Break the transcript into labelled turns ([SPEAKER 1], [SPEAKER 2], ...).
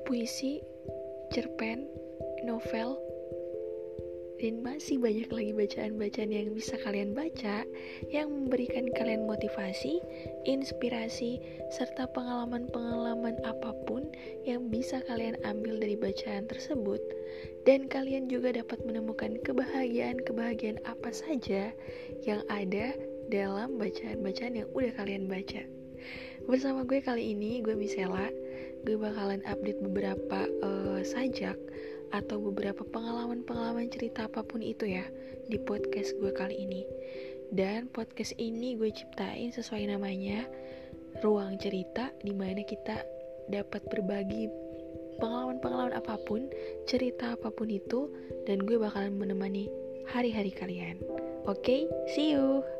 [SPEAKER 1] puisi, cerpen, novel, dan masih banyak lagi bacaan-bacaan yang bisa kalian baca yang memberikan kalian motivasi, inspirasi, serta pengalaman-pengalaman apapun yang bisa kalian ambil dari bacaan tersebut. Dan kalian juga dapat menemukan kebahagiaan-kebahagiaan apa saja yang ada dalam bacaan-bacaan yang udah kalian baca. Bersama gue kali ini, gue Misela. Gue bakalan update beberapa sajak atau beberapa pengalaman-pengalaman cerita apapun itu ya di podcast gue kali ini. Dan podcast ini gue ciptain sesuai namanya, ruang cerita, dimana kita dapat berbagi pengalaman-pengalaman apapun, cerita apapun itu, dan gue bakalan menemani hari-hari kalian. Oke, see you.